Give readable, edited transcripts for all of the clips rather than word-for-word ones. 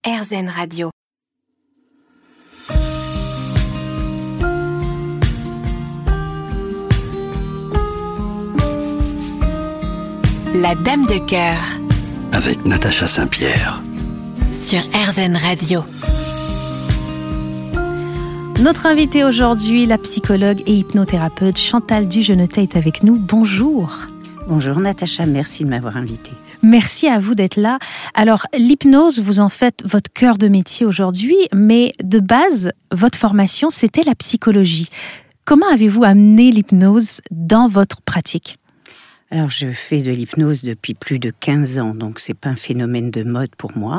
RZN Radio. La Dame de Cœur. Avec Natacha Saint-Pierre. Sur RZN Radio. Notre invitée aujourd'hui, la psychologue et hypnothérapeute Chantal Dugenetez est avec nous. Bonjour. Bonjour Natacha, merci de m'avoir invitée. Merci à vous d'être là. Alors, l'hypnose, vous en faites votre cœur de métier aujourd'hui, mais de base, votre formation, c'était la psychologie. Comment avez-vous amené l'hypnose dans votre pratique ? Alors, je fais de l'hypnose depuis plus de 15 ans, donc c'est pas un phénomène de mode pour moi.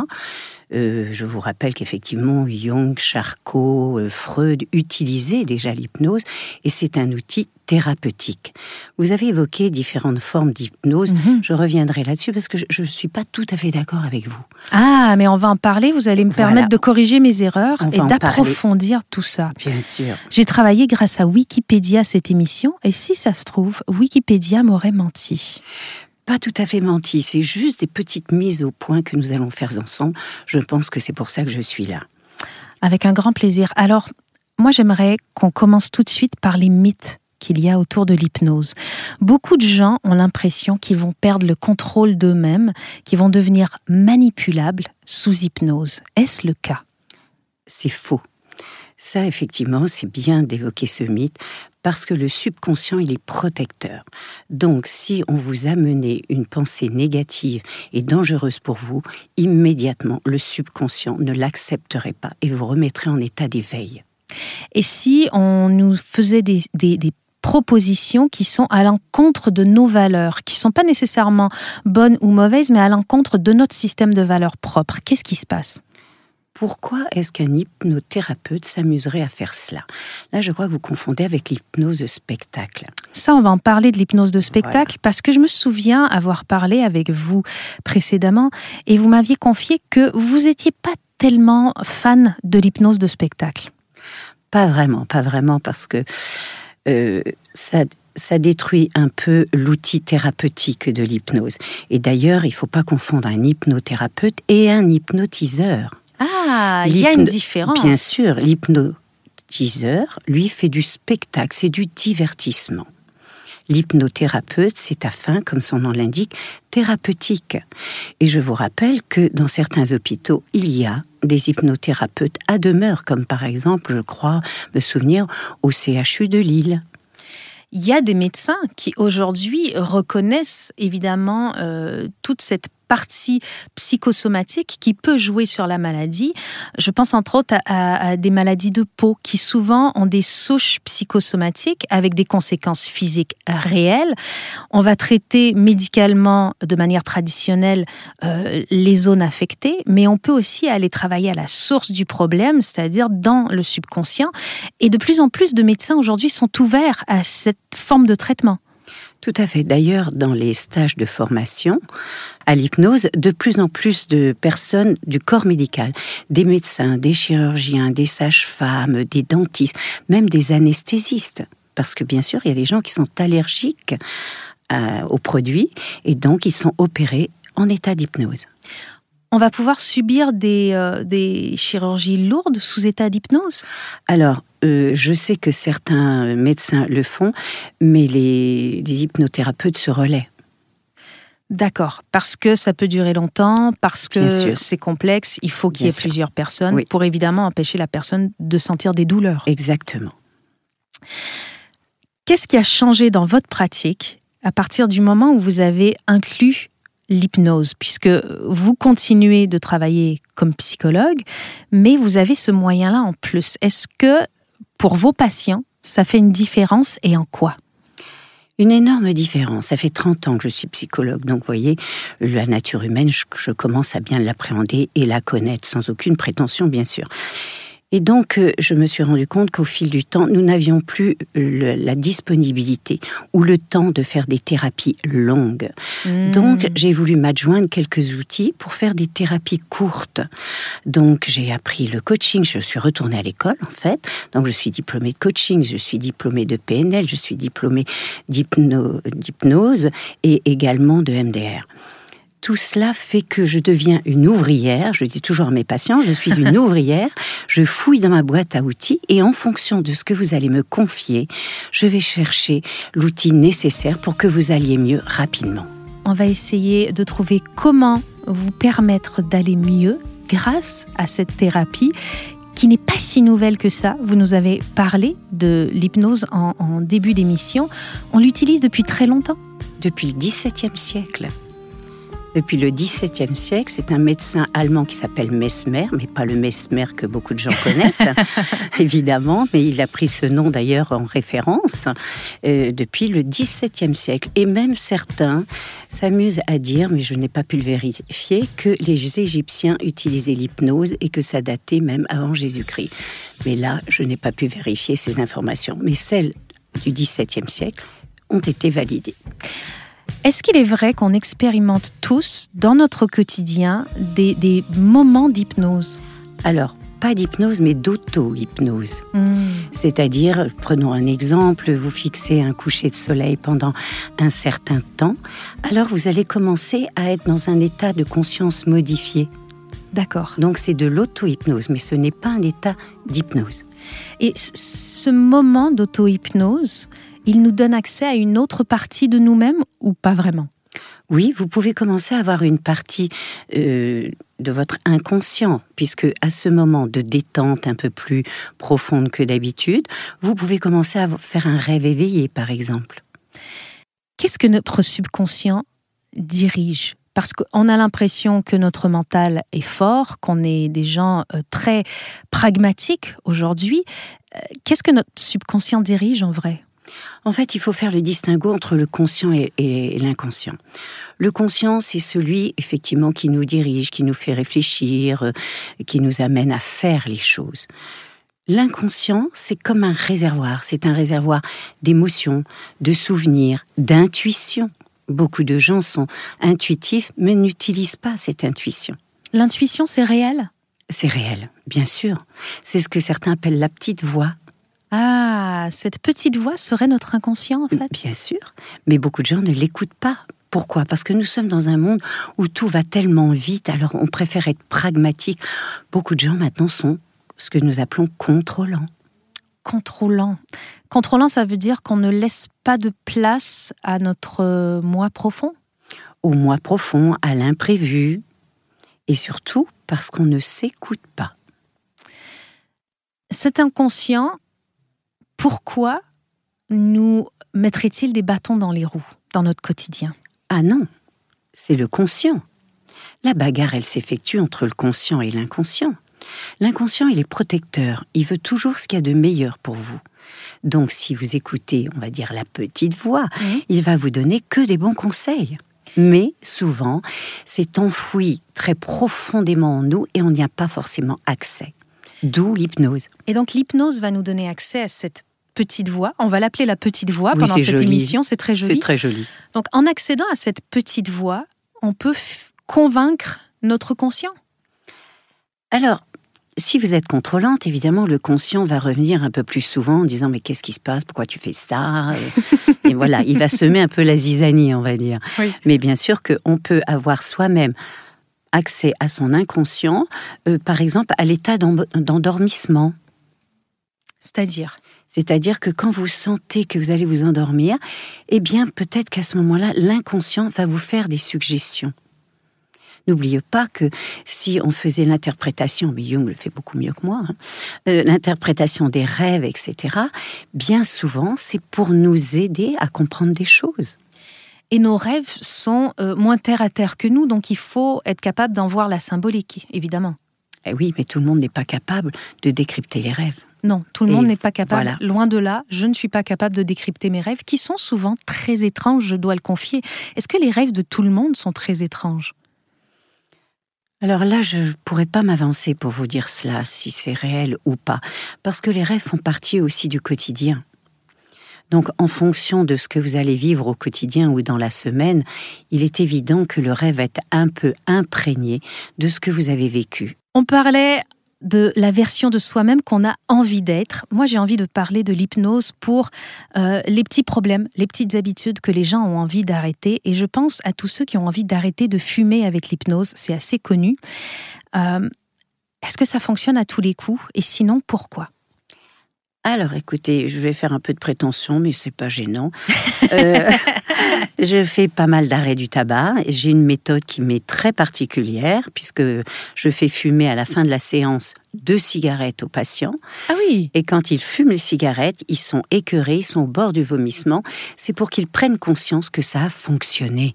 Je vous rappelle qu'effectivement, Jung, Charcot, Freud utilisaient déjà l'hypnose et c'est un outil thérapeutique. Vous avez évoqué différentes formes d'hypnose. Je reviendrai là-dessus parce que je ne suis pas tout à fait d'accord avec vous. Ah, mais on va en parler. Vous allez me permettre de corriger mes erreurs et d'approfondir tout ça. Bien sûr. J'ai travaillé grâce à Wikipédia cette émission et si ça se trouve, Wikipédia m'aurait menti. Pas tout à fait menti, c'est juste des petites mises au point que nous allons faire ensemble. Je pense que c'est pour ça que je suis là. Avec un grand plaisir. Alors, moi j'aimerais qu'on commence tout de suite par les mythes qu'il y a autour de l'hypnose. Beaucoup de gens ont l'impression qu'ils vont perdre le contrôle d'eux-mêmes, qu'ils vont devenir manipulables sous hypnose. Est-ce le cas ? C'est faux. Ça, effectivement, c'est bien d'évoquer ce mythe parce que le subconscient, il est protecteur. Donc, si on vous a mené une pensée négative et dangereuse pour vous, immédiatement, le subconscient ne l'accepterait pas et vous remettrait en état d'éveil. Et si on nous faisait des propositions qui sont à l'encontre de nos valeurs, qui ne sont pas nécessairement bonnes ou mauvaises, mais à l'encontre de notre système de valeurs propres, qu'est-ce qui se passe ? Pourquoi est-ce qu'un hypnothérapeute s'amuserait à faire cela ? Là, je crois que vous confondez avec l'hypnose de spectacle. Ça, on va en parler de l'hypnose de spectacle parce que je me souviens avoir parlé avec vous précédemment et vous m'aviez confié que vous n'étiez pas tellement fan de l'hypnose de spectacle. Pas vraiment parce que ça détruit un peu l'outil thérapeutique de l'hypnose. Et d'ailleurs, il ne faut pas confondre un hypnothérapeute et un hypnotiseur. Ah, il y a une différence. Bien sûr, l'hypnotiseur, lui, fait du spectacle, c'est du divertissement. L'hypnothérapeute, c'est à fin, comme son nom l'indique, thérapeutique. Et je vous rappelle que dans certains hôpitaux, il y a des hypnothérapeutes à demeure, comme par exemple, je crois me souvenir, au CHU de Lille. Il y a des médecins qui aujourd'hui reconnaissent évidemment toute cette partie psychosomatique qui peut jouer sur la maladie. Je pense entre autres à des maladies de peau qui souvent ont des souches psychosomatiques avec des conséquences physiques réelles. On va traiter médicalement de manière traditionnelle les zones affectées, mais on peut aussi aller travailler à la source du problème, c'est-à-dire dans le subconscient. Et de plus en plus de médecins aujourd'hui sont ouverts à cette forme de traitement. Tout à fait. D'ailleurs, dans les stages de formation à l'hypnose, de plus en plus de personnes du corps médical, des médecins, des chirurgiens, des sages-femmes, des dentistes, même des anesthésistes. Parce que bien sûr, il y a des gens qui sont allergiques aux produits et donc ils sont opérés en état d'hypnose. On va pouvoir subir des chirurgies lourdes sous état d'hypnose ? Alors, je sais que certains médecins le font, mais les hypnothérapeutes se relaient. D'accord, parce que ça peut durer longtemps, parce que c'est complexe, il faut qu'il y ait plusieurs personnes pour évidemment empêcher la personne de sentir des douleurs. Exactement. Qu'est-ce qui a changé dans votre pratique à partir du moment où vous avez inclus l'hypnose, puisque vous continuez de travailler comme psychologue, mais vous avez ce moyen-là en plus. Est-ce que, pour vos patients, ça fait une différence et en quoi ? Une énorme différence. Ça fait 30 ans que je suis psychologue, donc vous voyez, la nature humaine, je commence à bien l'appréhender et la connaître, sans aucune prétention, bien sûr. Et donc, je me suis rendu compte qu'au fil du temps, nous n'avions plus la disponibilité ou le temps de faire des thérapies longues. Donc, j'ai voulu m'adjoindre quelques outils pour faire des thérapies courtes. Donc, j'ai appris le coaching. Je suis retournée à l'école, en fait. Donc, je suis diplômée de coaching, je suis diplômée de PNL, je suis diplômée d'hypnose et également de MDR. Tout cela fait que je deviens une ouvrière. Je dis toujours à mes patients, je suis une ouvrière. Je fouille dans ma boîte à outils et en fonction de ce que vous allez me confier, je vais chercher l'outil nécessaire pour que vous alliez mieux rapidement. On va essayer de trouver comment vous permettre d'aller mieux grâce à cette thérapie qui n'est pas si nouvelle que ça. Vous nous avez parlé de l'hypnose en début d'émission. On l'utilise depuis très longtemps. Depuis le XVIIe siècle. Depuis le XVIIe siècle, c'est un médecin allemand qui s'appelle Mesmer, mais pas le Mesmer que beaucoup de gens connaissent, évidemment, mais il a pris ce nom d'ailleurs en référence depuis le XVIIe siècle. Et même certains s'amusent à dire, mais je n'ai pas pu le vérifier, que les Égyptiens utilisaient l'hypnose et que ça datait même avant Jésus-Christ. Mais là, je n'ai pas pu vérifier ces informations. Mais celles du XVIIe siècle ont été validées. Est-ce qu'il est vrai qu'on expérimente tous, dans notre quotidien, des moments d'hypnose ? Alors, pas d'hypnose, mais d'auto-hypnose. C'est-à-dire, prenons un exemple, vous fixez un coucher de soleil pendant un certain temps, alors vous allez commencer à être dans un état de conscience modifié. D'accord. Donc c'est de l'auto-hypnose, mais ce n'est pas un état d'hypnose. Et ce moment d'auto-hypnose, il nous donne accès à une autre partie de nous-mêmes ou pas vraiment ? Oui, vous pouvez commencer à avoir une partie de votre inconscient, puisque à ce moment de détente un peu plus profonde que d'habitude, vous pouvez commencer à faire un rêve éveillé, par exemple. Qu'est-ce que notre subconscient dirige ? Parce qu'on a l'impression que notre mental est fort, qu'on est des gens très pragmatiques aujourd'hui. Qu'est-ce que notre subconscient dirige en vrai ? En fait, il faut faire le distinguo entre le conscient et l'inconscient. Le conscient, c'est celui, effectivement, qui nous dirige, qui nous fait réfléchir, qui nous amène à faire les choses. L'inconscient, c'est comme un réservoir. C'est un réservoir d'émotions, de souvenirs, d'intuition. Beaucoup de gens sont intuitifs, mais n'utilisent pas cette intuition. L'intuition, c'est réel ? C'est réel, bien sûr. C'est ce que certains appellent la petite voix. Ah, cette petite voix serait notre inconscient, en fait ? Bien sûr, mais beaucoup de gens ne l'écoutent pas. Pourquoi ? Parce que nous sommes dans un monde où tout va tellement vite, alors on préfère être pragmatique. Beaucoup de gens maintenant sont ce que nous appelons contrôlants. Contrôlant. Contrôlant, ça veut dire qu'on ne laisse pas de place à notre moi profond ? Au moi profond, à l'imprévu, et surtout parce qu'on ne s'écoute pas. Cet inconscient, pourquoi nous mettrait-il des bâtons dans les roues dans notre quotidien ? Ah non, c'est le conscient. La bagarre, elle s'effectue entre le conscient et l'inconscient. L'inconscient, il est protecteur. Il veut toujours ce qu'il y a de meilleur pour vous. Donc, si vous écoutez, on va dire, la petite voix, il va vous donner que des bons conseils. Mais souvent, c'est enfoui très profondément en nous et on n'y a pas forcément accès. D'où l'hypnose. Et donc, l'hypnose va nous donner accès à cette petite voix. On va l'appeler la petite voix oui, pendant cette joli. émission. C'est très joli. C'est très joli. Donc, en accédant à cette petite voix, on peut convaincre notre conscient. Alors, si vous êtes contrôlante, évidemment, le conscient va revenir un peu plus souvent en disant « Mais qu'est-ce qui se passe ? Pourquoi tu fais ça ?» Et voilà, il va semer un peu la zizanie, on va dire. Oui. Mais bien sûr qu'on peut avoir soi-même accès à son inconscient, par exemple, à l'état d'endormissement. C'est-à-dire que quand vous sentez que vous allez vous endormir, eh bien, peut-être qu'à ce moment-là, l'inconscient va vous faire des suggestions. N'oubliez pas que si on faisait l'interprétation, mais Jung le fait beaucoup mieux que moi, l'interprétation des rêves, etc., bien souvent, c'est pour nous aider à comprendre des choses. Et nos rêves sont moins terre à terre que nous, donc il faut être capable d'en voir la symbolique, évidemment. Eh oui, mais tout le monde n'est pas capable de décrypter les rêves. Non, tout le monde n'est pas capable. Voilà. Loin de là, je ne suis pas capable de décrypter mes rêves, qui sont souvent très étranges, je dois le confier. Est-ce que les rêves de tout le monde sont très étranges ? Alors là, je ne pourrais pas m'avancer pour vous dire cela, si c'est réel ou pas, parce que les rêves font partie aussi du quotidien. Donc, en fonction de ce que vous allez vivre au quotidien ou dans la semaine, il est évident que le rêve est un peu imprégné de ce que vous avez vécu. On parlait de la version de soi-même qu'on a envie d'être. Moi, j'ai envie de parler de l'hypnose pour les petits problèmes, les petites habitudes que les gens ont envie d'arrêter. Et je pense à tous ceux qui ont envie d'arrêter de fumer avec l'hypnose. C'est assez connu. Est-ce que ça fonctionne à tous les coups? Et sinon, pourquoi? Alors, écoutez, je vais faire un peu de prétention, mais c'est pas gênant. Je fais pas mal d'arrêts du tabac. J'ai une méthode qui m'est très particulière, puisque je fais fumer à la fin de la séance 2 cigarettes aux patients. Ah oui. Et quand ils fument les cigarettes, ils sont écœurés, ils sont au bord du vomissement. C'est pour qu'ils prennent conscience que ça a fonctionné.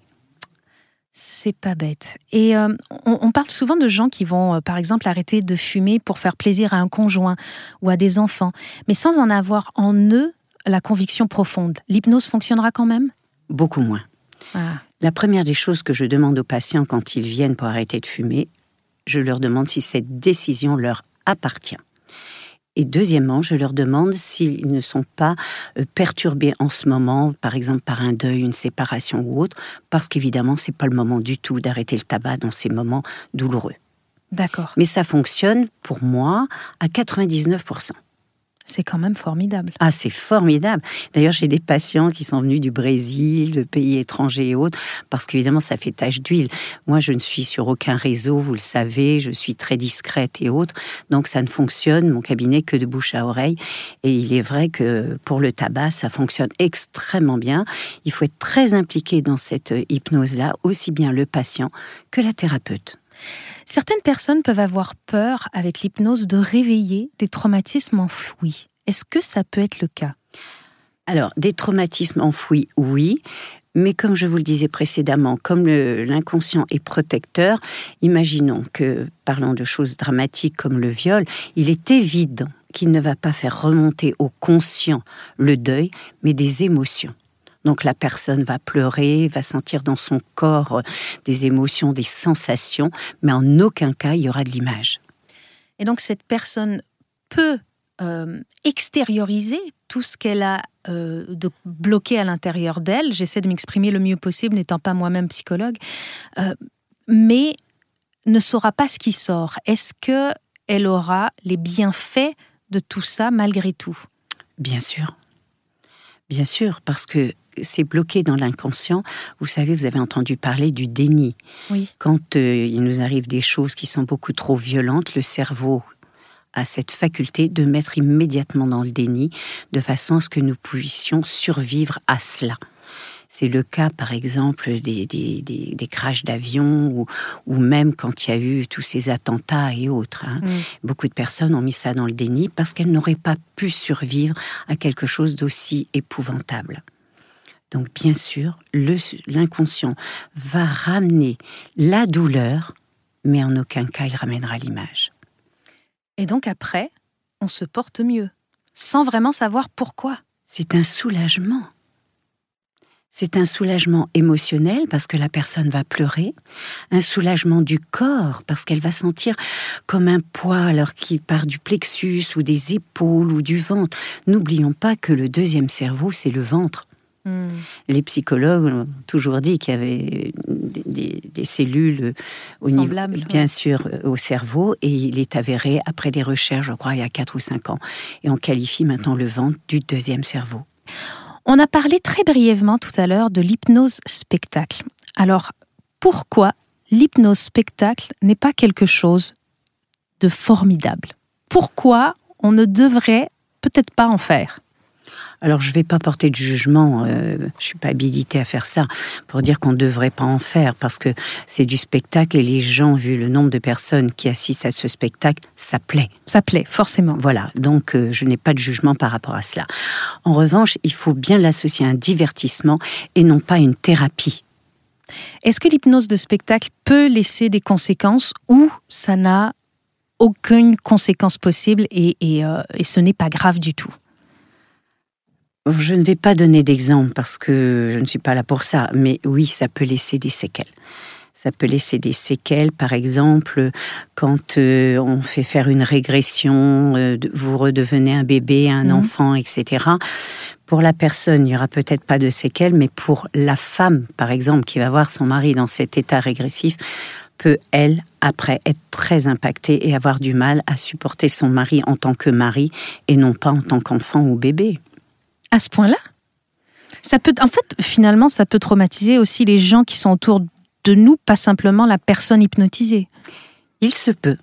C'est pas bête. Et on parle souvent de gens qui vont, par exemple, arrêter de fumer pour faire plaisir à un conjoint ou à des enfants, mais sans en avoir en eux la conviction profonde. L'hypnose fonctionnera quand même? Beaucoup moins. Ah. La première des choses que je demande aux patients quand ils viennent pour arrêter de fumer, je leur demande si cette décision leur appartient. Et deuxièmement, je leur demande s'ils ne sont pas perturbés en ce moment, par exemple par un deuil, une séparation ou autre, parce qu'évidemment, c'est pas le moment du tout d'arrêter le tabac dans ces moments douloureux. D'accord. Mais ça fonctionne, pour moi, à 99%. C'est quand même formidable. Ah, c'est formidable. D'ailleurs, j'ai des patients qui sont venus du Brésil, de pays étrangers et autres, parce qu'évidemment, ça fait tache d'huile. Moi, je ne suis sur aucun réseau, vous le savez, je suis très discrète et autres, donc ça ne fonctionne, mon cabinet, que de bouche à oreille. Et il est vrai que pour le tabac, ça fonctionne extrêmement bien. Il faut être très impliqué dans cette hypnose-là, aussi bien le patient que la thérapeute. Certaines personnes peuvent avoir peur, avec l'hypnose, de réveiller des traumatismes enfouis. Est-ce que ça peut être le cas? Alors, des traumatismes enfouis, oui. Mais comme je vous le disais précédemment, comme l'inconscient est protecteur, imaginons que, parlant de choses dramatiques comme le viol, il est évident qu'il ne va pas faire remonter au conscient le deuil, mais des émotions. Donc la personne va pleurer, va sentir dans son corps des émotions, des sensations, mais en aucun cas il y aura de l'image. Et donc cette personne peut extérioriser tout ce qu'elle a de bloqué à l'intérieur d'elle. J'essaie de m'exprimer le mieux possible, n'étant pas moi-même psychologue, mais ne saura pas ce qui sort. Est-ce qu'elle aura les bienfaits de tout ça malgré tout? Bien sûr. Bien sûr, parce que c'est bloqué dans l'inconscient. Vous savez, vous avez entendu parler du déni. Oui. Quand il nous arrive des choses qui sont beaucoup trop violentes, le cerveau a cette faculté de mettre immédiatement dans le déni, de façon à ce que nous puissions survivre à cela. C'est le cas, par exemple, des crashs d'avions ou même quand il y a eu tous ces attentats et autres. Beaucoup de personnes ont mis ça dans le déni parce qu'elles n'auraient pas pu survivre à quelque chose d'aussi épouvantable. Donc, bien sûr, l'inconscient va ramener la douleur, mais en aucun cas il ramènera l'image. Et donc après, on se porte mieux, sans vraiment savoir pourquoi. C'est un soulagement. C'est un soulagement émotionnel parce que la personne va pleurer, un soulagement du corps parce qu'elle va sentir comme un poids alors qui part du plexus ou des épaules ou du ventre. N'oublions pas que le deuxième cerveau, c'est le ventre. Les psychologues ont toujours dit qu'il y avait des cellules semblables, bien sûr, au cerveau, et il est avéré, après des recherches, je crois, il y a 4 ou 5 ans, et on qualifie maintenant le ventre du deuxième cerveau. On a parlé très brièvement tout à l'heure de l'hypnose spectacle. Alors, pourquoi l'hypnose spectacle n'est pas quelque chose de formidable? Pourquoi on ne devrait peut-être pas en faire? Alors, je ne vais pas porter de jugement, je ne suis pas habilitée à faire ça, pour dire qu'on ne devrait pas en faire, parce que c'est du spectacle et les gens, vu le nombre de personnes qui assistent à ce spectacle, ça plaît. Ça plaît, forcément. Voilà, donc je n'ai pas de jugement par rapport à cela. En revanche, il faut bien l'associer à un divertissement et non pas une thérapie. Est-ce que l'hypnose de spectacle peut laisser des conséquences ou ça n'a aucune conséquence possible et ce n'est pas grave du tout? Je ne vais pas donner d'exemple parce que je ne suis pas là pour ça, mais oui, ça peut laisser des séquelles. Ça peut laisser des séquelles, par exemple, quand on fait faire une régression, vous redevenez un bébé, un enfant, etc. Pour la personne, il n'y aura peut-être pas de séquelles, mais pour la femme, par exemple, qui va voir son mari dans cet état régressif, peut, elle, après, être très impactée et avoir du mal à supporter son mari en tant que mari et non pas en tant qu'enfant ou bébé. À ce point-là ? Finalement, ça peut traumatiser aussi les gens qui sont autour de nous, pas simplement la personne hypnotisée. Il se peut.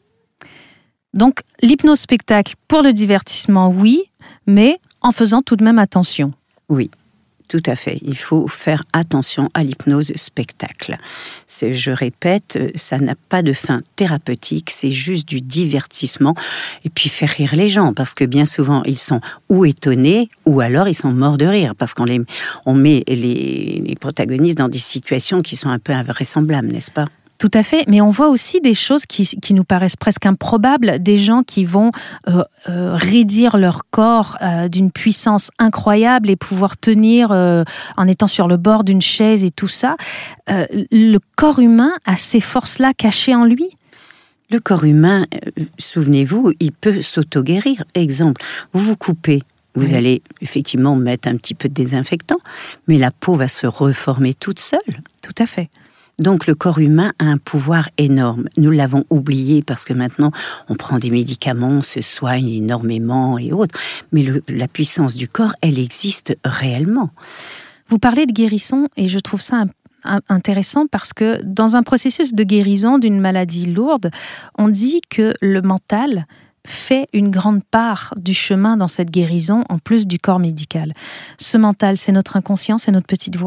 Donc, l'hypnose-spectacle pour le divertissement, oui, mais en faisant tout de même attention. Oui, tout à fait. Il faut faire attention à l'hypnose-spectacle. Je répète, ça n'a pas de fin thérapeutique, c'est juste du divertissement. Et puis faire rire les gens, parce que bien souvent, ils sont ou étonnés, ou alors ils sont morts de rire, parce qu'on met les protagonistes dans des situations qui sont un peu invraisemblables, n'est-ce pas ? Tout à fait, mais on voit aussi des choses qui nous paraissent presque improbables, des gens qui vont raidir leur corps d'une puissance incroyable et pouvoir tenir en étant sur le bord d'une chaise et tout ça. Le corps humain a ces forces-là cachées en lui ? Le corps humain, souvenez-vous, il peut s'auto-guérir. Exemple, vous vous coupez. Vous allez effectivement mettre un petit peu de désinfectant, mais la peau va se reformer toute seule. Tout à fait. Donc le corps humain a un pouvoir énorme. Nous l'avons oublié parce que maintenant on prend des médicaments, on se soigne énormément et autres. Mais la puissance du corps, elle existe réellement. Vous parlez de guérison et je trouve ça intéressant parce que dans un processus de guérison d'une maladie lourde, on dit que le mental fait une grande part du chemin dans cette guérison en plus du corps médical. Ce mental, c'est notre inconscient, c'est notre petite voix ?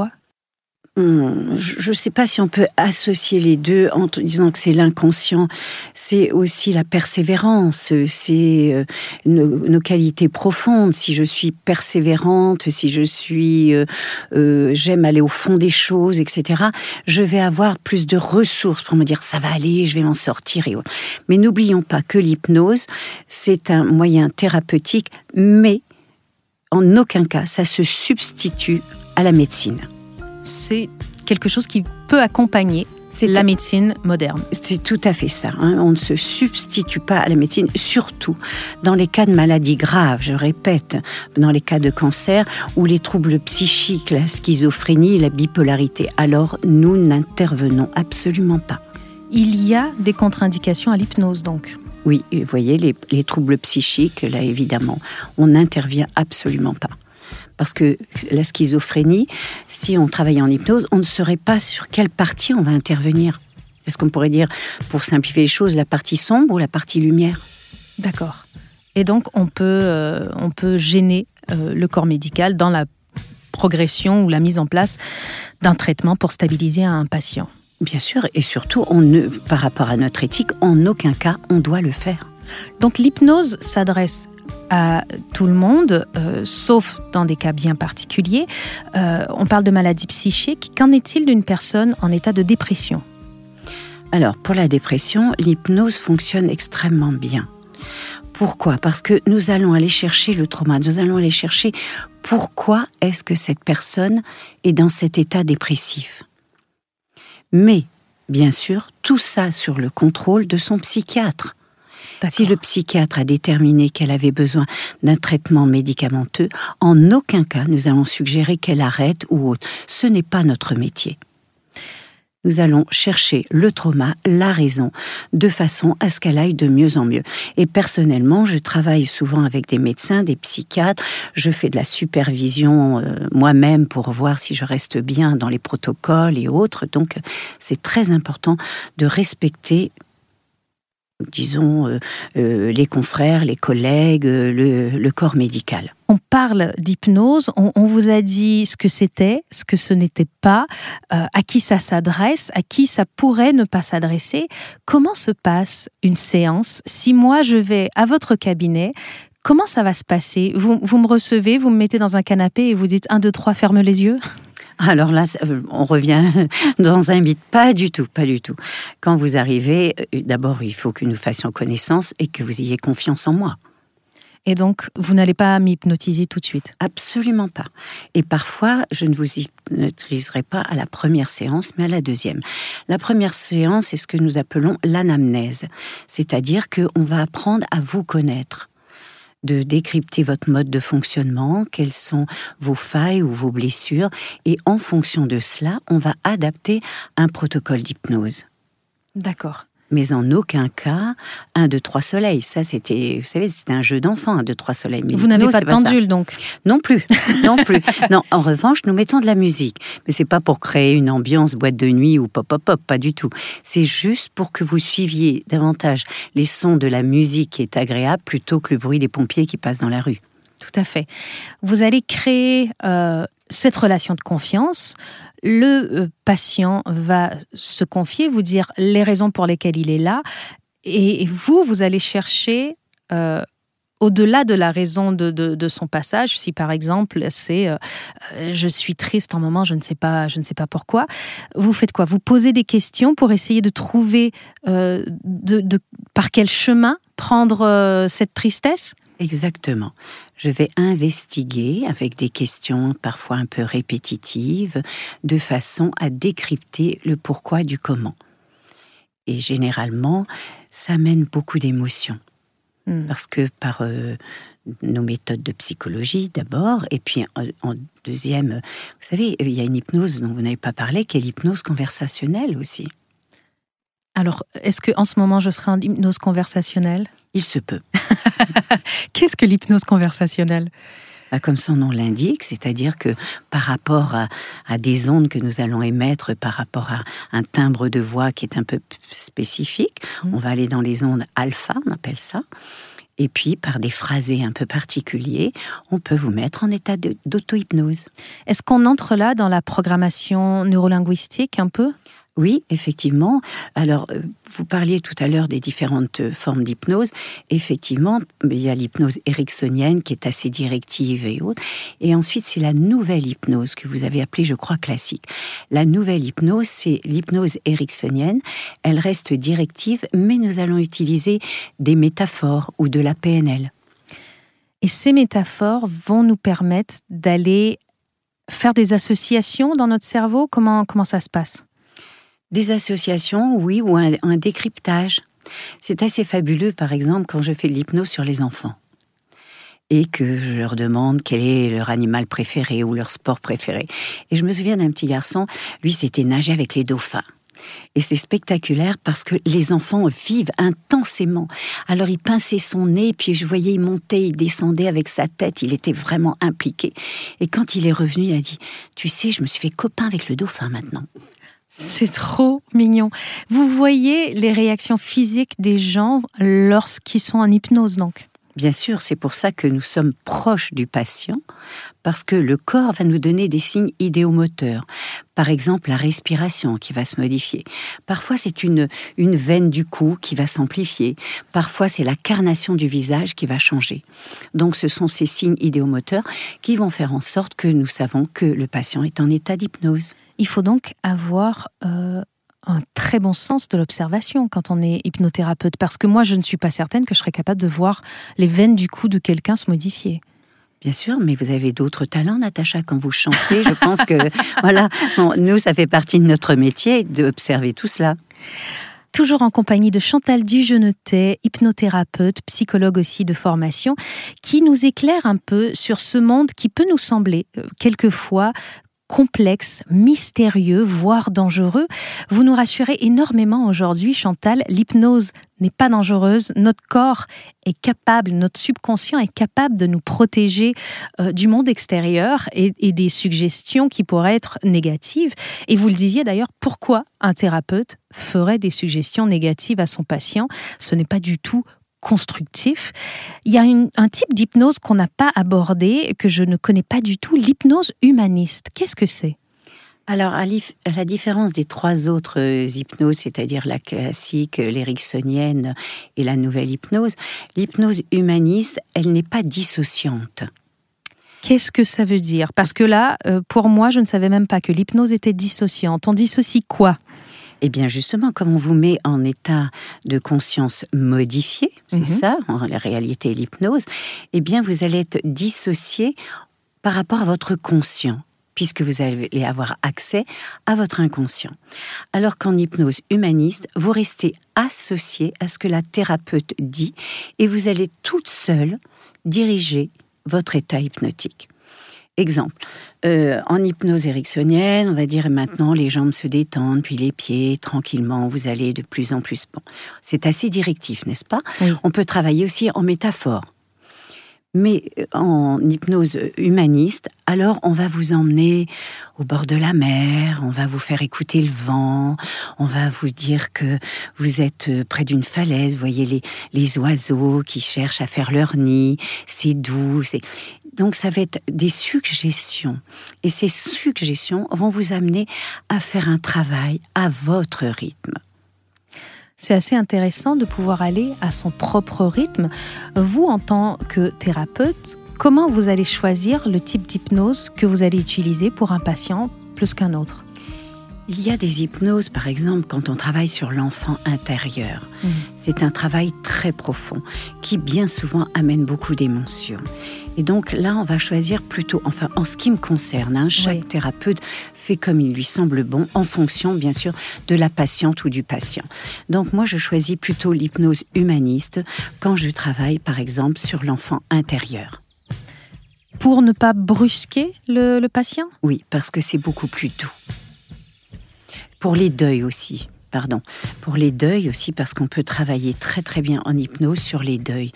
Je ne sais pas si on peut associer les deux en disant que c'est l'inconscient. C'est aussi la persévérance, c'est nos qualités profondes. Si je suis persévérante, si je suis j'aime aller au fond des choses, etc., je vais avoir plus de ressources pour me dire ça va aller, je vais m'en sortir et autres. Mais n'oublions pas que l'hypnose, c'est un moyen thérapeutique, mais en aucun cas ça se substitue à la médecine. C'est quelque chose qui peut accompagner la médecine moderne. C'est tout à fait ça. On ne se substitue pas à la médecine, surtout dans les cas de maladies graves, je répète, dans les cas de cancer ou les troubles psychiques, la schizophrénie, la bipolarité. Alors, nous n'intervenons absolument pas. Il y a des contre-indications à l'hypnose, donc ? Oui, vous voyez, les troubles psychiques, là, évidemment, on n'intervient absolument pas. Parce que la schizophrénie, si on travaillait en hypnose, on ne saurait pas sur quelle partie on va intervenir. Est-ce qu'on pourrait dire, pour simplifier les choses, la partie sombre ou la partie lumière ? D'accord. Et donc, on peut gêner le corps médical dans la progression ou la mise en place d'un traitement pour stabiliser un patient. Bien sûr, et surtout, par rapport à notre éthique, en aucun cas, on doit le faire. Donc, l'hypnose s'adresse à tout le monde, sauf dans des cas bien particuliers. On parle de maladies psychiques. Qu'en est-il d'une personne en état de dépression ? Alors, pour la dépression, l'hypnose fonctionne extrêmement bien. Pourquoi ? Parce que nous allons aller chercher le trauma, nous allons aller chercher pourquoi est-ce que cette personne est dans cet état dépressif. Mais, bien sûr, tout ça sur le contrôle de son psychiatre. D'accord. Si le psychiatre a déterminé qu'elle avait besoin d'un traitement médicamenteux, en aucun cas nous allons suggérer qu'elle arrête ou autre. Ce n'est pas notre métier. Nous allons chercher le trauma, la raison, de façon à ce qu'elle aille de mieux en mieux. Et personnellement, je travaille souvent avec des médecins, des psychiatres, je fais de la supervision moi-même pour voir si je reste bien dans les protocoles et autres. Donc, c'est très important de respecter, disons, les confrères, les collègues, le corps médical. On parle d'hypnose, on vous a dit ce que c'était, ce que ce n'était pas, à qui ça s'adresse, à qui ça pourrait ne pas s'adresser. Comment se passe une séance ? Si moi je vais à votre cabinet, comment ça va se passer ? Vous me recevez, vous me mettez dans un canapé et vous dites 1, 2, 3, ferme les yeux ? Alors là, on revient dans un mythe. Pas du tout, pas du tout. Quand vous arrivez, d'abord, il faut que nous fassions connaissance et que vous ayez confiance en moi. Et donc, vous n'allez pas m'hypnotiser tout de suite ? Absolument pas. Et parfois, je ne vous hypnotiserai pas à la première séance, mais à la deuxième. La première séance, c'est ce que nous appelons l'anamnèse. C'est-à-dire qu'on va apprendre à vous connaître, de décrypter votre mode de fonctionnement, quelles sont vos failles ou vos blessures, et en fonction de cela, on va adapter un protocole d'hypnose. D'accord. Mais en aucun cas, 1, 2, 3 soleils. Ça, c'était, vous savez, c'était un jeu d'enfant, 1, 2, 3 soleils. Mais vous n'avez pas de pendule, donc? Non plus, non plus. Non, en revanche, nous mettons de la musique. Mais c'est pas pour créer une ambiance boîte de nuit ou pop, pas du tout. C'est juste pour que vous suiviez davantage les sons de la musique qui est agréable plutôt que le bruit des pompiers qui passent dans la rue. Tout à fait. Vous allez créer cette relation de confiance. Le patient va se confier, vous dire les raisons pour lesquelles il est là. Et vous allez chercher, au-delà de la raison de son passage, si par exemple c'est je suis triste un moment, je ne sais pas pourquoi, vous faites quoi? Vous posez des questions pour essayer de trouver par quel chemin prendre cette tristesse? Exactement. Je vais investiguer avec des questions parfois un peu répétitives, de façon à décrypter le pourquoi du comment. Et généralement, ça mène beaucoup d'émotions. Parce que par nos méthodes de psychologie d'abord, et puis en deuxième, vous savez, il y a une hypnose dont vous n'avez pas parlé, qui est l'hypnose conversationnelle aussi. Alors, est-ce qu'en ce moment, je serai en hypnose conversationnelle? Il se peut. Qu'est-ce que l'hypnose conversationnelle? Comme son nom l'indique, c'est-à-dire que par rapport à des ondes que nous allons émettre, par rapport à un timbre de voix qui est un peu spécifique, on va aller dans les ondes alpha, on appelle ça, et puis par des phrasés un peu particuliers, on peut vous mettre en état d'auto-hypnose. Est-ce qu'on entre là dans la programmation neurolinguistique un peu ? Oui, effectivement. Alors, vous parliez tout à l'heure des différentes formes d'hypnose. Effectivement, il y a l'hypnose ericksonienne qui est assez directive et autres. Et ensuite, c'est la nouvelle hypnose que vous avez appelée, je crois, classique. La nouvelle hypnose, c'est l'hypnose ericksonienne. Elle reste directive, mais nous allons utiliser des métaphores ou de la PNL. Et ces métaphores vont nous permettre d'aller faire des associations dans notre cerveau. Comment ça se passe ? Des associations, oui, ou un décryptage. C'est assez fabuleux, par exemple, quand je fais de l'hypnose sur les enfants et que je leur demande quel est leur animal préféré ou leur sport préféré. Et je me souviens d'un petit garçon, lui, c'était nager avec les dauphins. Et c'est spectaculaire parce que les enfants vivent intensément. Alors il pinçait son nez, puis je voyais il montait, il descendait avec sa tête, il était vraiment impliqué. Et quand il est revenu, il a dit « Tu sais, je me suis fait copain avec le dauphin maintenant ». C'est trop mignon. Vous voyez les réactions physiques des gens lorsqu'ils sont en hypnose, donc ? Bien sûr, c'est pour ça que nous sommes proches du patient, parce que le corps va nous donner des signes idéomoteurs. Par exemple, la respiration qui va se modifier. Parfois, c'est une veine du cou qui va s'amplifier. Parfois, c'est la carnation du visage qui va changer. Donc, ce sont ces signes idéomoteurs qui vont faire en sorte que nous savons que le patient est en état d'hypnose. Il faut donc avoir un très bon sens de l'observation quand on est hypnothérapeute, parce que moi, je ne suis pas certaine que je serais capable de voir les veines du cou de quelqu'un se modifier. Bien sûr, mais vous avez d'autres talents, Natacha, quand vous chantez. Je pense que, voilà, nous, ça fait partie de notre métier d'observer tout cela. Toujours en compagnie de Chantal Dugenetet, hypnothérapeute, psychologue aussi de formation, qui nous éclaire un peu sur ce monde qui peut nous sembler quelquefois complexe, mystérieux, voire dangereux. Vous nous rassurez énormément aujourd'hui, Chantal. L'hypnose n'est pas dangereuse. Notre corps est capable, notre subconscient est capable de nous protéger du monde extérieur et des suggestions qui pourraient être négatives. Et vous le disiez d'ailleurs, pourquoi un thérapeute ferait des suggestions négatives à son patient ? Ce n'est pas du tout constructif. Il y a un type d'hypnose qu'on n'a pas abordé, que je ne connais pas du tout, l'hypnose humaniste. Qu'est-ce que c'est ? Alors, à la différence des 3 autres hypnoses, c'est-à-dire la classique, l'ericksonienne et la nouvelle hypnose, l'hypnose humaniste, elle n'est pas dissociante. Qu'est-ce que ça veut dire ? Parce que là, pour moi, je ne savais même pas que l'hypnose était dissociante. On dissocie quoi ? Eh bien, justement, comme on vous met en état de conscience modifié, c'est ça, en réalité, l'hypnose, eh bien, vous allez être dissocié par rapport à votre conscient, puisque vous allez avoir accès à votre inconscient. Alors qu'en hypnose humaniste, vous restez associé à ce que la thérapeute dit et vous allez toute seule diriger votre état hypnotique. Exemple, en hypnose ericksonienne, on va dire maintenant les jambes se détendent, puis les pieds, tranquillement, vous allez de plus en plus. Bon, c'est assez directif, n'est-ce pas ? Oui. On peut travailler aussi en métaphore. Mais en hypnose humaniste, alors on va vous emmener au bord de la mer, on va vous faire écouter le vent, on va vous dire que vous êtes près d'une falaise, vous voyez les oiseaux qui cherchent à faire leur nid, c'est doux, Donc ça va être des suggestions. Et ces suggestions vont vous amener à faire un travail à votre rythme. C'est assez intéressant de pouvoir aller à son propre rythme. Vous, en tant que thérapeute, comment vous allez choisir le type d'hypnose que vous allez utiliser pour un patient plus qu'un autre ? Il y a des hypnoses, par exemple, quand on travaille sur l'enfant intérieur. C'est un travail très profond qui, bien souvent, amène beaucoup d'émotions. Et donc là, on va choisir plutôt, enfin, en ce qui me concerne, chaque thérapeute fait comme il lui semble bon, en fonction, bien sûr, de la patiente ou du patient. Donc moi, je choisis plutôt l'hypnose humaniste quand je travaille, par exemple, sur l'enfant intérieur. Pour ne pas brusquer le patient ? Oui, parce que c'est beaucoup plus doux. Pour les deuils aussi. Pour les deuils aussi, parce qu'on peut travailler très très bien en hypnose sur les deuils.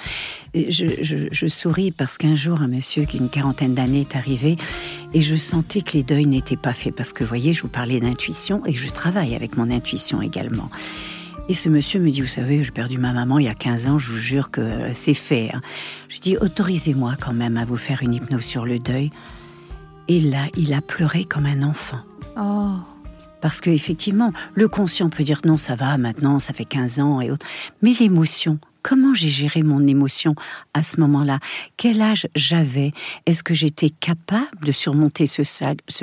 Je souris parce qu'un jour, un monsieur qui a une quarantaine d'années est arrivé et je sentais que les deuils n'étaient pas faits. Parce que, vous voyez, je vous parlais d'intuition et je travaille avec mon intuition également. Et ce monsieur me dit, vous savez, j'ai perdu ma maman il y a 15 ans, je vous jure que c'est fait. Je dis, autorisez-moi quand même à vous faire une hypnose sur le deuil. Et là, il a pleuré comme un enfant. Oh. Parce qu'effectivement, le conscient peut dire non, ça va, maintenant, ça fait 15 ans et autres. Mais l'émotion, comment j'ai géré mon émotion à ce moment-là ? Quel âge j'avais ? Est-ce que j'étais capable de surmonter ce chagrin ?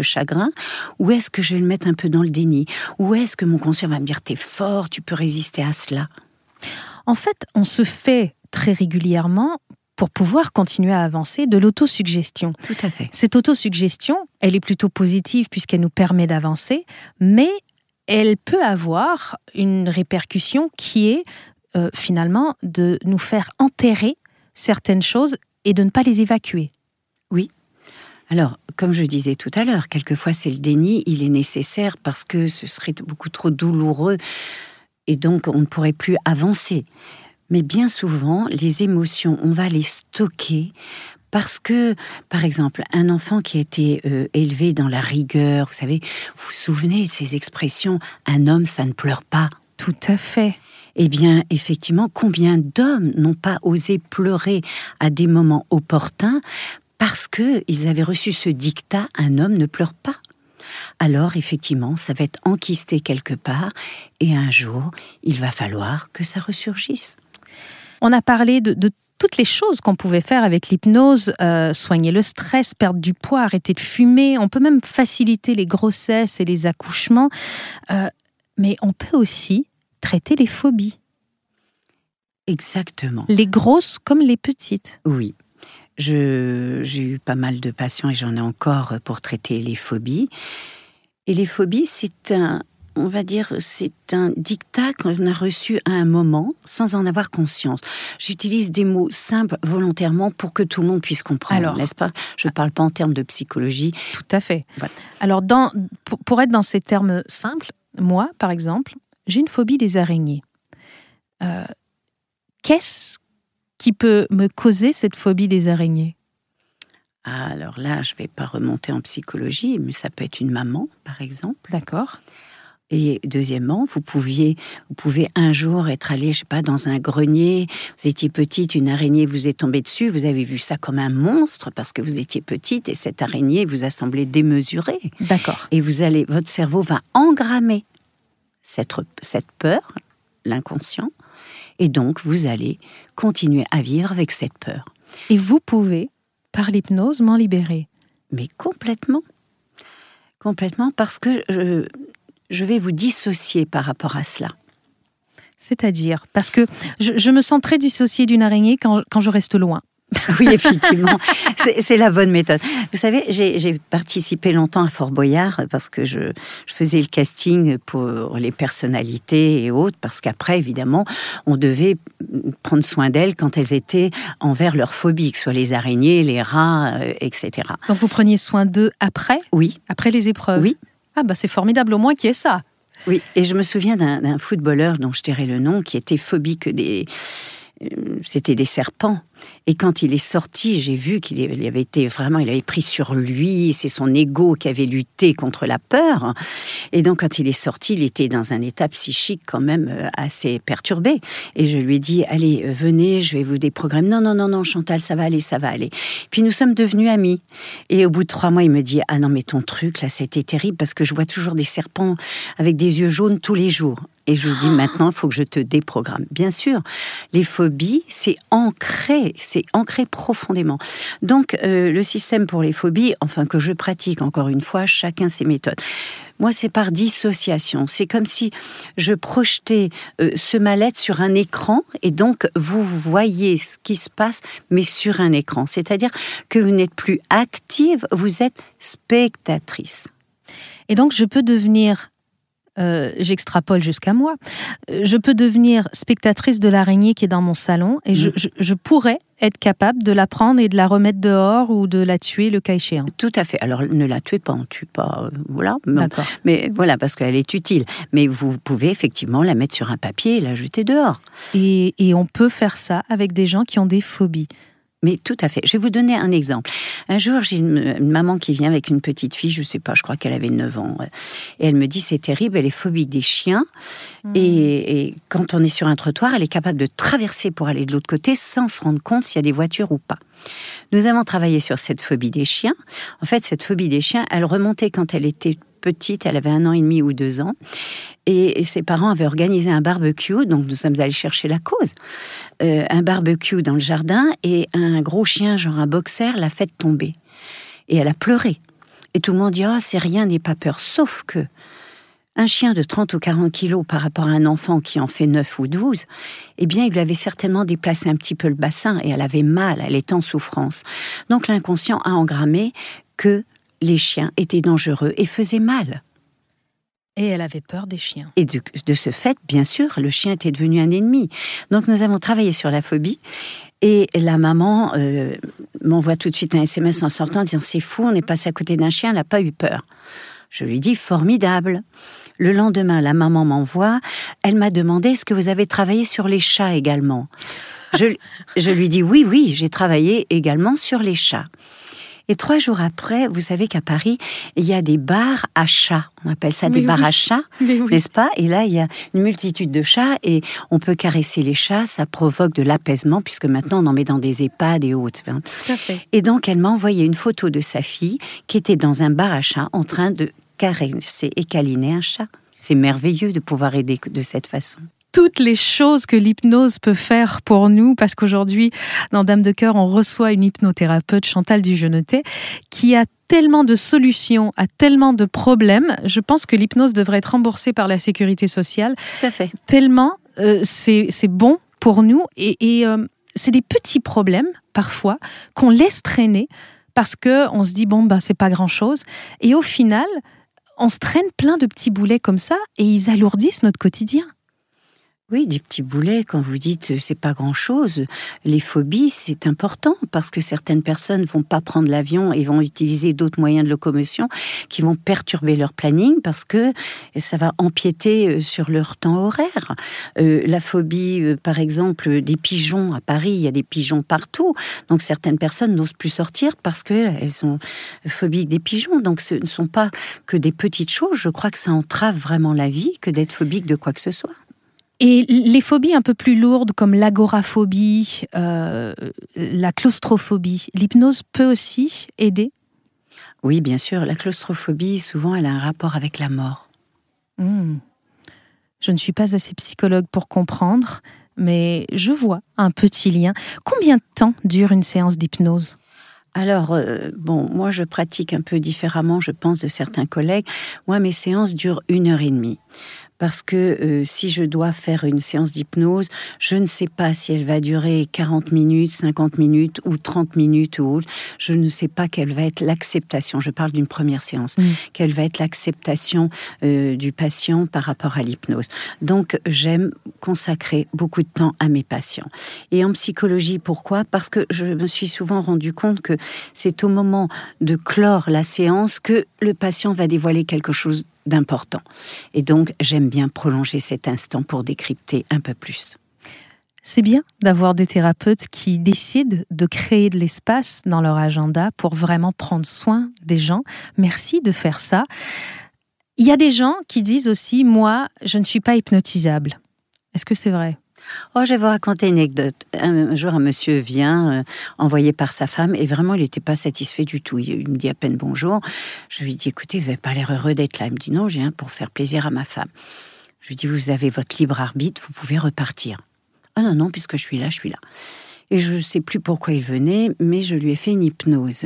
Ou est-ce que je vais le mettre un peu dans le déni ? Ou est-ce que mon conscient va me dire, t'es fort, tu peux résister à cela ? En fait, on se fait très régulièrement, pour pouvoir continuer à avancer, de l'autosuggestion. Tout à fait. Cette autosuggestion, elle est plutôt positive puisqu'elle nous permet d'avancer, mais elle peut avoir une répercussion qui est finalement de nous faire enterrer certaines choses et de ne pas les évacuer. Oui. Alors, comme je disais tout à l'heure, quelquefois c'est le déni, il est nécessaire parce que ce serait beaucoup trop douloureux et donc on ne pourrait plus avancer. Mais bien souvent, les émotions, on va les stocker parce que, par exemple, un enfant qui a été élevé dans la rigueur, vous savez, vous vous souvenez de ces expressions « un homme, ça ne pleure pas ». Tout à fait. Eh bien, effectivement, combien d'hommes n'ont pas osé pleurer à des moments opportuns parce qu'ils avaient reçu ce dictat « un homme ne pleure pas ». Alors, effectivement, ça va être enquisté quelque part et un jour, il va falloir que ça ressurgisse. On a parlé de toutes les choses qu'on pouvait faire avec l'hypnose, soigner le stress, perdre du poids, arrêter de fumer. On peut même faciliter les grossesses et les accouchements. Mais on peut aussi traiter les phobies. Exactement. Les grosses comme les petites. Oui. J'ai eu pas mal de patients et j'en ai encore pour traiter les phobies. Et les phobies, c'est un dictat qu'on a reçu à un moment sans en avoir conscience. J'utilise des mots simples volontairement pour que tout le monde puisse comprendre, n'est-ce pas ? Je ne parle pas en termes de psychologie. Tout à fait. Voilà. Alors, pour être dans ces termes simples, moi, par exemple, j'ai une phobie des araignées. Qu'est-ce qui peut me causer cette phobie des araignées ? Alors là, je ne vais pas remonter en psychologie, mais ça peut être une maman, par exemple. D'accord. Et deuxièmement, vous pouvez un jour être allé, je sais pas, dans un grenier, vous étiez petite, une araignée vous est tombée dessus, vous avez vu ça comme un monstre parce que vous étiez petite et cette araignée vous a semblé démesurée. D'accord. Et votre cerveau va engrammer cette peur, l'inconscient, et donc vous allez continuer à vivre avec cette peur. Et vous pouvez, par l'hypnose, m'en libérer. Mais complètement. Complètement, parce que je vais vous dissocier par rapport à cela. C'est-à-dire, parce que je me sens très dissociée d'une araignée quand je reste loin. Oui, effectivement, c'est la bonne méthode. Vous savez, j'ai participé longtemps à Fort Boyard parce que je faisais le casting pour les personnalités et autres, parce qu'après, évidemment, on devait prendre soin d'elles quand elles étaient envers leurs phobies, que ce soit les araignées, les rats, etc. Donc vous preniez soin d'eux après ? Oui. Après les épreuves ? Oui. Ah bah c'est formidable au moins qu'il y ait ça. Oui, et je me souviens d'un footballeur dont je tairai le nom, qui était phobique c'était des serpents. Et quand il est sorti, j'ai vu qu'il avait été vraiment, il avait pris sur lui, c'est son ego qui avait lutté contre la peur. Et donc, quand il est sorti, il était dans un état psychique quand même assez perturbé. Et je lui ai dit, allez, venez, je vais vous déprogrammer. Non, Chantal, ça va aller. Puis nous sommes devenus amis. Et au bout de 3 mois, il me dit, ah non, mais ton truc, là, c'était terrible parce que je vois toujours des serpents avec des yeux jaunes tous les jours. Et je lui dis, maintenant, il faut que je te déprogramme. Bien sûr, les phobies, c'est ancré profondément. Donc, le système pour les phobies, enfin, que je pratique, encore une fois, chacun ses méthodes. Moi, c'est par dissociation. C'est comme si je projetais ce mal-être sur un écran, et donc, vous voyez ce qui se passe, mais sur un écran. C'est-à-dire que vous n'êtes plus active, vous êtes spectatrice. Et donc, je peux devenir... j'extrapole jusqu'à moi, je peux devenir spectatrice de l'araignée qui est dans mon salon et je pourrais être capable de la prendre et de la remettre dehors ou de la tuer le cas échéant. Tout à fait. Alors ne la tuez pas, on ne tue pas, voilà. D'accord. Mais voilà, parce qu'elle est utile. Mais vous pouvez effectivement la mettre sur un papier et la jeter dehors. Et on peut faire ça avec des gens qui ont des phobies. Mais tout à fait. Je vais vous donner un exemple. Un jour, j'ai une maman qui vient avec une petite fille, je sais pas, je crois qu'elle avait 9 ans. Et elle me dit, c'est terrible, elle est phobique des chiens. Et quand on est sur un trottoir, elle est capable de traverser pour aller de l'autre côté sans se rendre compte s'il y a des voitures ou pas. Nous avons travaillé sur cette phobie des chiens. En fait, cette phobie des chiens, elle remontait quand elle était petite, elle avait 1 an et demi ou 2 ans. Et ses parents avaient organisé un barbecue, donc nous sommes allés chercher la cause. Un barbecue dans le jardin, et un gros chien, genre un boxer, l'a fait tomber. Et elle a pleuré. Et tout le monde dit « Ah, c'est rien, n'aie pas peur ». Sauf que un chien de 30 ou 40 kilos par rapport à un enfant qui en fait 9 ou 12, eh bien, il lui avait certainement déplacé un petit peu le bassin, et elle avait mal, elle était en souffrance. Donc l'inconscient a engrammé que les chiens étaient dangereux et faisaient mal. Et elle avait peur des chiens. Et de ce fait, bien sûr, le chien était devenu un ennemi. Donc nous avons travaillé sur la phobie, et la maman m'envoie tout de suite un SMS en sortant en disant « C'est fou, on est passé à côté d'un chien, elle n'a pas eu peur ». Je lui dis « Formidable ». Le lendemain, la maman m'envoie, elle m'a demandé « Est-ce que vous avez travaillé sur les chats également ?» Je lui dis « Oui, j'ai travaillé également sur les chats ». Et 3 jours après, vous savez qu'à Paris, il y a des bars à chats. On appelle ça des bars à chats, n'est-ce pas ? Et là, il y a une multitude de chats et on peut caresser les chats. Ça provoque de l'apaisement puisque maintenant, on en met dans des EHPAD et autres. Hein. Tout à fait. Et donc, elle m'a envoyé une photo de sa fille qui était dans un bar à chats en train de caresser et câliner un chat. C'est merveilleux de pouvoir aider de cette façon. Toutes les choses que l'hypnose peut faire pour nous, parce qu'aujourd'hui, dans Dame de Cœur, on reçoit une hypnothérapeute, Chantal Dugenetet, qui a tellement de solutions à tellement de problèmes. Je pense que l'hypnose devrait être remboursée par la sécurité sociale. Tout à fait. Tellement c'est bon pour nous. Et c'est des petits problèmes, parfois, qu'on laisse traîner parce qu'on se dit, bon, c'est pas grand-chose. Et au final, on se traîne plein de petits boulets comme ça et ils alourdissent notre quotidien. Oui, des petits boulets, quand vous dites c'est pas grand-chose. Les phobies, c'est important parce que certaines personnes vont pas prendre l'avion et vont utiliser d'autres moyens de locomotion qui vont perturber leur planning parce que ça va empiéter sur leur temps horaire. La phobie, par exemple, des pigeons. À Paris, il y a des pigeons partout. Donc certaines personnes n'osent plus sortir parce qu'elles sont phobiques des pigeons. Donc ce ne sont pas que des petites choses. Je crois que ça entrave vraiment la vie que d'être phobique de quoi que ce soit. Et les phobies un peu plus lourdes comme l'agoraphobie, la claustrophobie, l'hypnose peut aussi aider ? Oui, bien sûr. La claustrophobie, souvent, elle a un rapport avec la mort. Je ne suis pas assez psychologue pour comprendre, mais je vois un petit lien. Combien de temps dure une séance d'hypnose ? Alors, moi, je pratique un peu différemment, je pense, de certains collègues. Moi, mes séances durent 1h30. parce que si je dois faire une séance d'hypnose, je ne sais pas si elle va durer 40 minutes, 50 minutes ou 30 minutes ou autre. Je ne sais pas quelle va être l'acceptation. Je parle d'une première séance. Quelle va être l'acceptation du patient par rapport à l'hypnose. Donc, j'aime consacrer beaucoup de temps à mes patients. Et en psychologie, pourquoi ? Parce que je me suis souvent rendu compte que c'est au moment de clore la séance que le patient va dévoiler quelque chose d'important. Et donc, j'aime bien prolonger cet instant pour décrypter un peu plus. C'est bien d'avoir des thérapeutes qui décident de créer de l'espace dans leur agenda pour vraiment prendre soin des gens. Merci de faire ça. Il y a des gens qui disent aussi, moi, je ne suis pas hypnotisable. Est-ce que c'est vrai ? Oh, je vais vous raconter une anecdote. Un jour, un monsieur vient, envoyé par sa femme, et vraiment, il n'était pas satisfait du tout. Il me dit à peine bonjour. Je lui dis, écoutez, vous n'avez pas l'air heureux d'être là. Il me dit, non, je viens pour faire plaisir à ma femme. Je lui dis, vous avez votre libre arbitre, vous pouvez repartir. Ah non, puisque je suis là, je suis là. Et je ne sais plus pourquoi il venait, mais je lui ai fait une hypnose.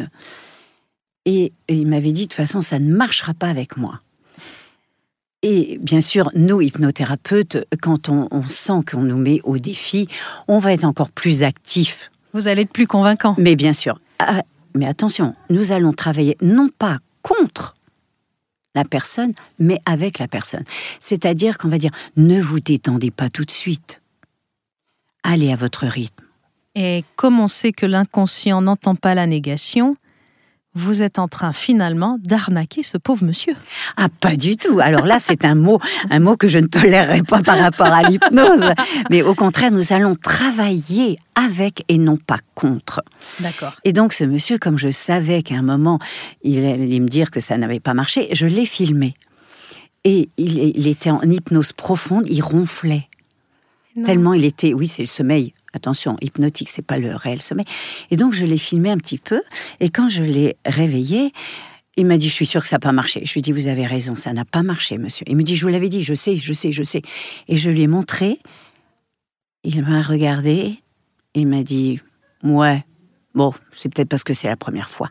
Et il m'avait dit, de toute façon, ça ne marchera pas avec moi. Et bien sûr, nous, hypnothérapeutes, quand on sent qu'on nous met au défi, on va être encore plus actifs. Vous allez être plus convaincant. Mais bien sûr. Mais attention, nous allons travailler non pas contre la personne, mais avec la personne. C'est-à-dire qu'on va dire, ne vous détendez pas tout de suite. Allez à votre rythme. Et comme on sait que l'inconscient n'entend pas la négation, vous êtes en train finalement d'arnaquer ce pauvre monsieur. Ah, pas du tout. Alors là, c'est un mot que je ne tolérerai pas par rapport à l'hypnose. Mais au contraire, nous allons travailler avec et non pas contre. D'accord. Et donc, ce monsieur, comme je savais qu'à un moment, il allait me dire que ça n'avait pas marché, je l'ai filmé. Et il était en hypnose profonde, il ronflait. Non. Tellement il était... Oui, c'est le sommeil. Attention, hypnotique, c'est pas le réel sommeil. Et donc, je l'ai filmé un petit peu. Et quand je l'ai réveillé, il m'a dit, je suis sûre que ça n'a pas marché. Je lui ai dit, vous avez raison, ça n'a pas marché, monsieur. Il me dit, je vous l'avais dit, je sais. Et je lui ai montré. Il m'a regardé. Et il m'a dit, ouais, bon, c'est peut-être parce que c'est la première fois.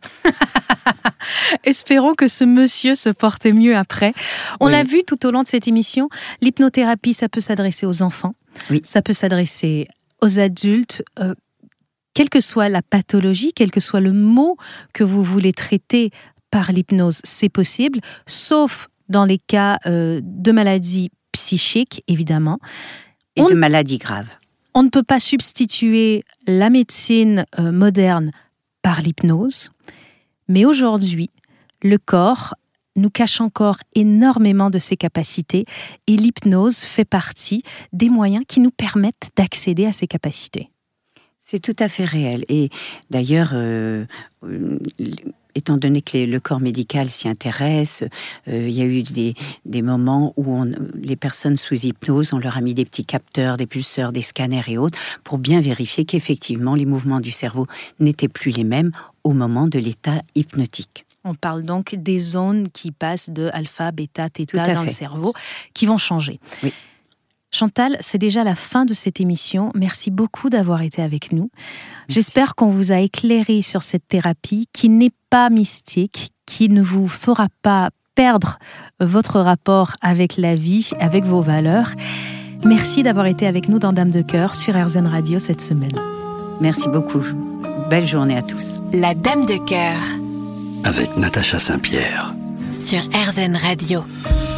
Espérons que ce monsieur se porte mieux après. On l'a vu tout au long de cette émission, l'hypnothérapie, ça peut s'adresser aux enfants, ça peut s'adresser aux adultes, quelle que soit la pathologie, quel que soit le mot que vous voulez traiter par l'hypnose, c'est possible, sauf dans les cas de maladies psychiques, évidemment. Et de maladies graves. On ne peut pas substituer la médecine moderne par l'hypnose, mais aujourd'hui, le corps nous cache encore énormément de ses capacités et l'hypnose fait partie des moyens qui nous permettent d'accéder à ces capacités. C'est tout à fait réel. Et d'ailleurs, étant donné que le corps médical s'y intéresse, il y a eu des moments où les personnes sous hypnose, on leur a mis des petits capteurs, des pulseurs, des scanners et autres, pour bien vérifier qu'effectivement, les mouvements du cerveau n'étaient plus les mêmes au moment de l'état hypnotique. On parle donc des zones qui passent de alpha, bêta, theta dans le cerveau, qui vont changer. Oui. Chantal, c'est déjà la fin de cette émission. Merci beaucoup d'avoir été avec nous. Merci. J'espère qu'on vous a éclairé sur cette thérapie qui n'est pas mystique, qui ne vous fera pas perdre votre rapport avec la vie, avec vos valeurs. Merci d'avoir été avec nous dans Dame de Cœur sur RZN Radio cette semaine. Merci beaucoup. Belle journée à tous. La Dame de Cœur. Avec Natacha Saint-Pierre. Sur RZN Radio.